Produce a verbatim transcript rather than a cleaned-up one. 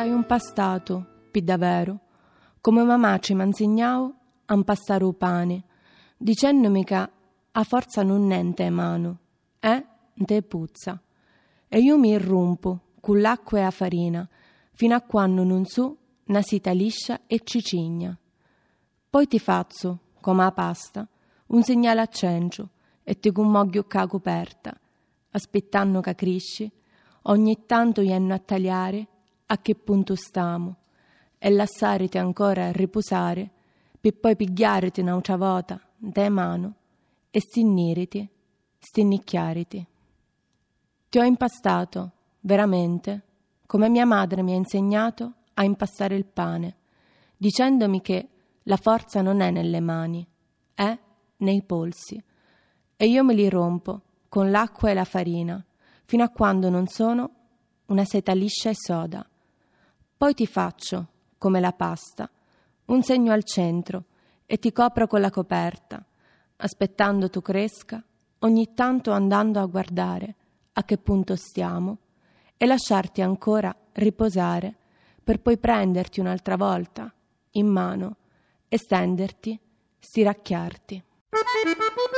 T'hai un pastato, pi davvero, come mamma ci m'ha insegnato a impastare il pane, dicendomi che a forza non nente mano, eh, te puzza. E io mi irrumpo con l'acqua e la farina, fino a quando non so una sita liscia e cicigna. Poi ti faccio, come la pasta, un segnale a cencio e ti commoglio ca coperta, aspettando che cresci, ogni tanto jenno a tagliare a che punto stiamo e lasciarti ancora a riposare per poi pigliarti un'altra volta da mano e stiniriti, stinnicchiariti. Ti ho impastato, veramente, come mia madre mi ha insegnato a impastare il pane, dicendomi che la forza non è nelle mani, è nei polsi, e io me li rompo con l'acqua e la farina, fino a quando non sono una seta liscia e soda. Poi ti faccio, come la pasta, un segno al centro e ti copro con la coperta, aspettando tu cresca, ogni tanto andando a guardare a che punto stiamo e lasciarti ancora riposare per poi prenderti un'altra volta in mano e stenderti, stiracchiarti.